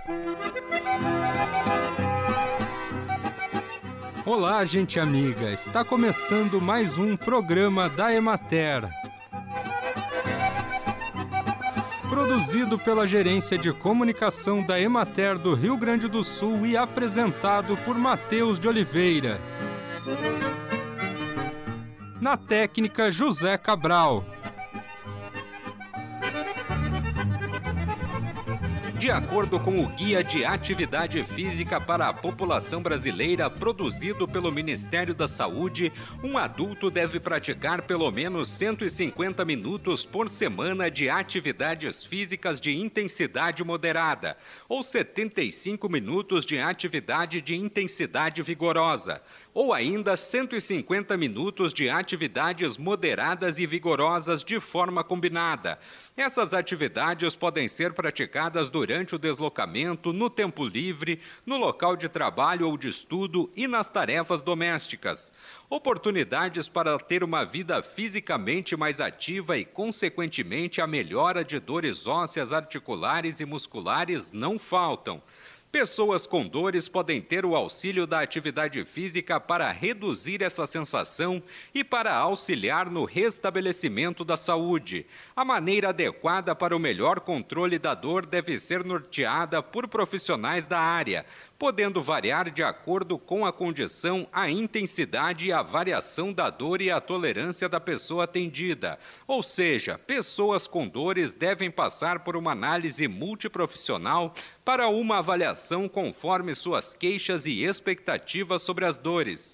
Olá, gente amiga! Está começando mais um programa da Emater. Produzido pela Gerência de Comunicação da Emater do Rio Grande do Sul e apresentado por Matheus de Oliveira. Na técnica, José Cabral. De acordo com o Guia de Atividade Física para a População Brasileira, produzido pelo Ministério da Saúde, um adulto deve praticar pelo menos 150 minutos por semana de atividades físicas de intensidade moderada, ou 75 minutos de atividade de intensidade vigorosa, ou ainda 150 minutos de atividades moderadas e vigorosas de forma combinada. Essas atividades podem ser praticadas durante o deslocamento, no tempo livre, no local de trabalho ou de estudo e nas tarefas domésticas. Oportunidades para ter uma vida fisicamente mais ativa e, consequentemente, a melhora de dores ósseas, articulares e musculares não faltam. Pessoas com dores podem ter o auxílio da atividade física para reduzir essa sensação e para auxiliar no restabelecimento da saúde. A maneira adequada para o melhor controle da dor deve ser norteada por profissionais da área, podendo variar de acordo com a condição, a intensidade e a variação da dor e a tolerância da pessoa atendida. Ou seja, pessoas com dores devem passar por uma análise multiprofissional para uma avaliação conforme suas queixas e expectativas sobre as dores.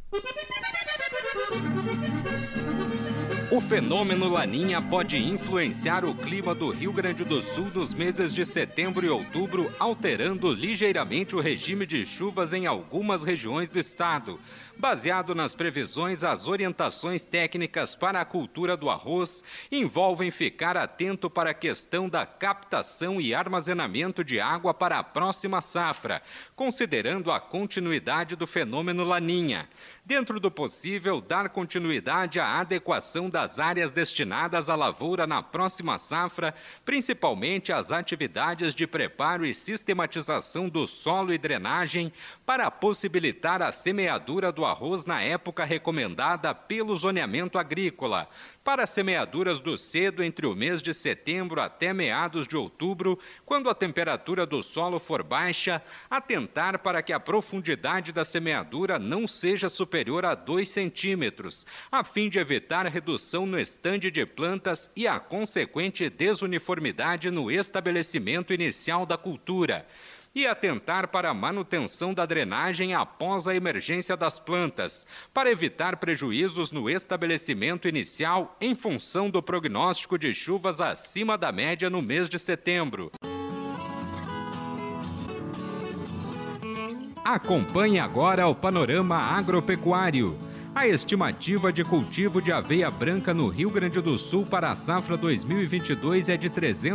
O fenômeno Laninha pode influenciar o clima do Rio Grande do Sul nos meses de setembro e outubro, alterando ligeiramente o regime de chuvas em algumas regiões do estado. Baseado nas previsões, as orientações técnicas para a cultura do arroz envolvem ficar atento para a questão da captação e armazenamento de água para a próxima safra, considerando a continuidade do fenômeno Laninha. Dentro do possível, dar continuidade à adequação das áreas destinadas à lavoura na próxima safra, principalmente as atividades de preparo e sistematização do solo e drenagem, para possibilitar a semeadura do arroz na época recomendada pelo zoneamento agrícola. Para semeaduras do cedo entre o mês de setembro até meados de outubro, quando a temperatura do solo for baixa, atentar para que a profundidade da semeadura não seja superior a 2 centímetros, a fim de evitar redução no estande de plantas e a consequente desuniformidade no estabelecimento inicial da cultura. E atentar para a manutenção da drenagem após a emergência das plantas, para evitar prejuízos no estabelecimento inicial em função do prognóstico de chuvas acima da média no mês de setembro. Acompanhe agora o panorama agropecuário. A estimativa de cultivo de aveia branca no Rio Grande do Sul para a safra 2022 é de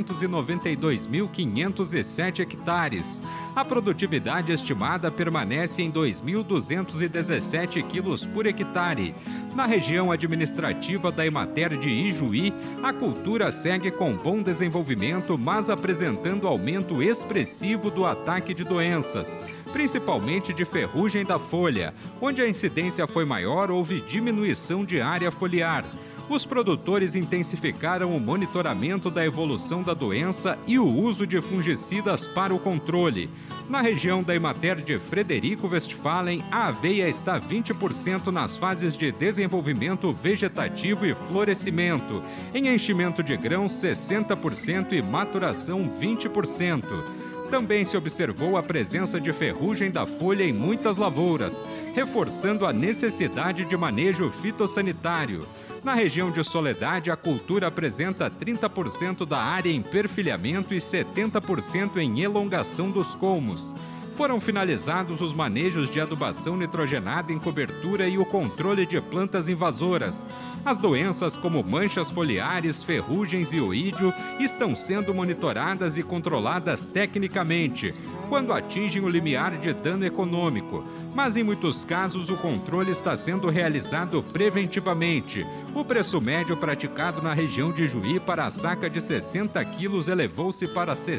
392.507 hectares. A produtividade estimada permanece em 2.217 quilos por hectare. Na região administrativa da Emater de Ijuí, a cultura segue com bom desenvolvimento, mas apresentando aumento expressivo do ataque de doenças, principalmente de ferrugem da folha, onde a incidência foi maior, houve diminuição de área foliar. Os produtores intensificaram o monitoramento da evolução da doença e o uso de fungicidas para o controle. Na região da Emater de Frederico Westphalen, a aveia está 20% nas fases de desenvolvimento vegetativo e florescimento, em enchimento de grãos 60% e maturação 20%. Também se observou a presença de ferrugem da folha em muitas lavouras, reforçando a necessidade de manejo fitossanitário. Na região de Soledade, a cultura apresenta 30% da área em perfilhamento e 70% em elongação dos colmos. Foram finalizados os manejos de adubação nitrogenada em cobertura e o controle de plantas invasoras. As doenças como manchas foliares, ferrugens e oídio estão sendo monitoradas e controladas tecnicamente. quando atingem o limiar de dano econômico. Mas em muitos casos o controle está sendo realizado preventivamente. O preço médio praticado na região de Juí para a saca de 60 quilos elevou-se para R$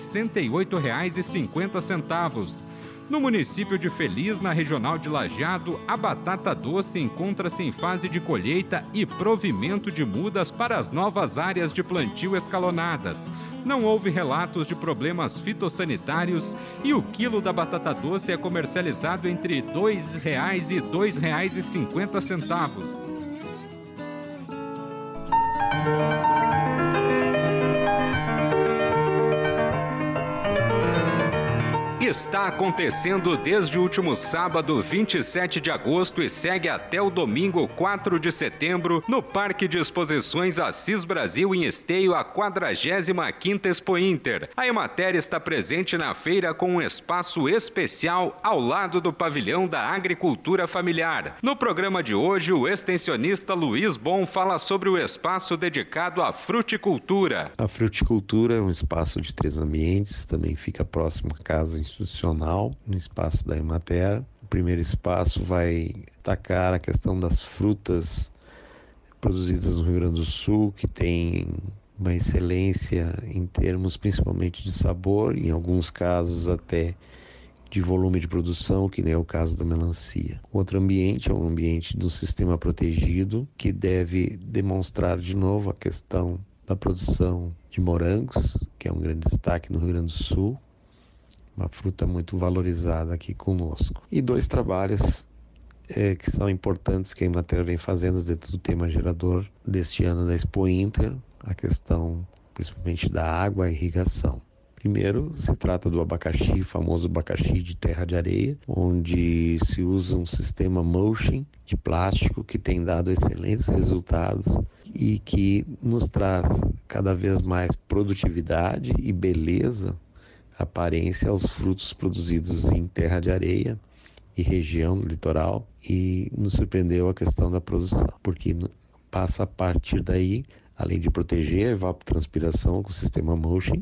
68,50. No município de Feliz, na regional de Lajeado, a batata doce encontra-se em fase de colheita e provimento de mudas para as novas áreas de plantio escalonadas. Não houve relatos de problemas fitossanitários e o quilo da batata doce é comercializado entre R$ 2,00 e R$ 2,50. Está acontecendo desde o último sábado, 27 de agosto, e segue até o domingo, 4 de setembro, no Parque de Exposições Assis Brasil, em Esteio, a 45ª Expo Inter. A Emater está presente na feira com um espaço especial ao lado do pavilhão da agricultura familiar. No programa de hoje, o extensionista Luiz Bon fala sobre o espaço dedicado à fruticultura. A fruticultura é um espaço de 3 ambientes, também fica próximo à casa institucional, no espaço da Emater. O primeiro espaço vai destacar a questão das frutas produzidas no Rio Grande do Sul, que tem uma excelência em termos principalmente de sabor, em alguns casos até de volume de produção, que nem é o caso da melancia. Outro ambiente é um ambiente do sistema protegido, que deve demonstrar de novo a questão da produção de morangos, que é um grande destaque no Rio Grande do Sul, uma fruta muito valorizada aqui conosco. E 2 trabalhos que são importantes que a Emater vem fazendo dentro do tema gerador deste ano da Expo Inter, a questão principalmente da água e irrigação. Primeiro, se trata do abacaxi, famoso abacaxi de terra de areia, onde se usa um sistema mulching de plástico que tem dado excelentes resultados e que nos traz cada vez mais produtividade e beleza, aparência aos frutos produzidos em terra de areia e região do litoral, e nos surpreendeu a questão da produção, porque passa a partir daí, além de proteger a evapotranspiração com o sistema mulching,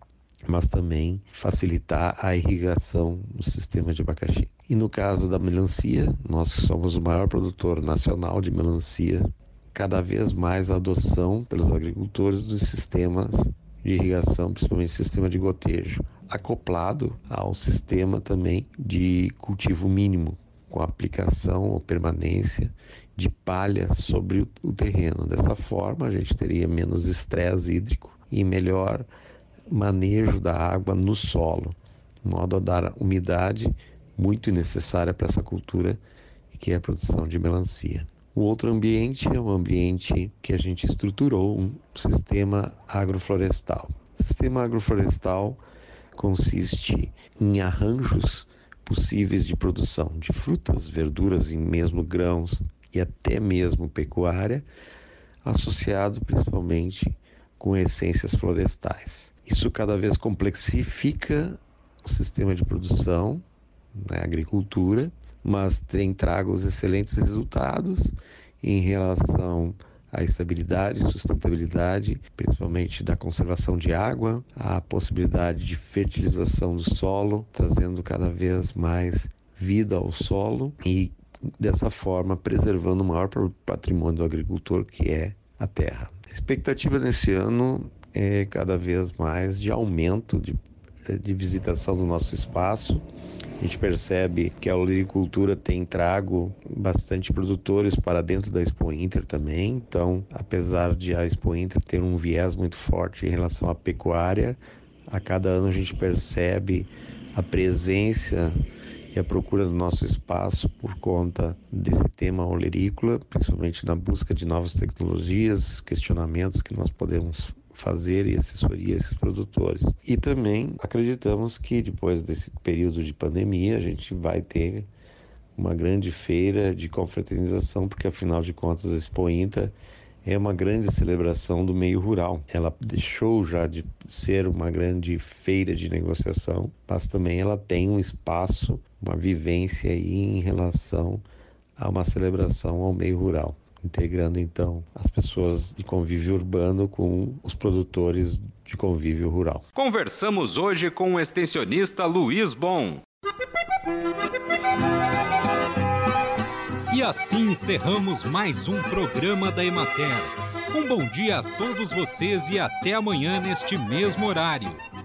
mas também facilitar a irrigação no sistema de abacaxi. E no caso da melancia, nós que somos o maior produtor nacional de melancia, cada vez mais a adoção pelos agricultores dos sistemas de irrigação, principalmente sistema de gotejo, acoplado ao sistema também de cultivo mínimo, com aplicação ou permanência de palha sobre o terreno. Dessa forma, a gente teria menos estresse hídrico e melhor manejo da água no solo, de modo a dar umidade muito necessária para essa cultura, que é a produção de melancia. O outro ambiente é um ambiente que a gente estruturou, um sistema agroflorestal. O sistema agroflorestal consiste em arranjos possíveis de produção de frutas, verduras, e mesmo grãos e até mesmo pecuária, associado principalmente com essências florestais. Isso cada vez complexifica o sistema de produção, a agricultura, mas tem trago os excelentes resultados em relação à estabilidade e sustentabilidade, principalmente da conservação de água, a possibilidade de fertilização do solo, trazendo cada vez mais vida ao solo e, dessa forma, preservando o maior patrimônio do agricultor, que é a terra. A expectativa nesse ano é cada vez mais de aumento de visitação do nosso espaço. A gente percebe que a olericultura tem trago bastante produtores para dentro da Expo Inter também. Então, apesar de a Expo Inter ter um viés muito forte em relação à pecuária, a cada ano a gente percebe a presença e a procura do nosso espaço por conta desse tema olerícola, principalmente na busca de novas tecnologias, questionamentos que nós podemos fazer e assessoria a esses produtores. E também acreditamos que depois desse período de pandemia a gente vai ter uma grande feira de confraternização, porque afinal de contas a Expo Inter é uma grande celebração do meio rural. Ela deixou já de ser uma grande feira de negociação, mas também ela tem um espaço, uma vivência aí em relação a uma celebração ao meio rural. integrando então as pessoas de convívio urbano com os produtores de convívio rural. Conversamos hoje com o extensionista Luiz Bon. E assim encerramos mais um programa da Emater. Um bom dia a todos vocês e até amanhã neste mesmo horário.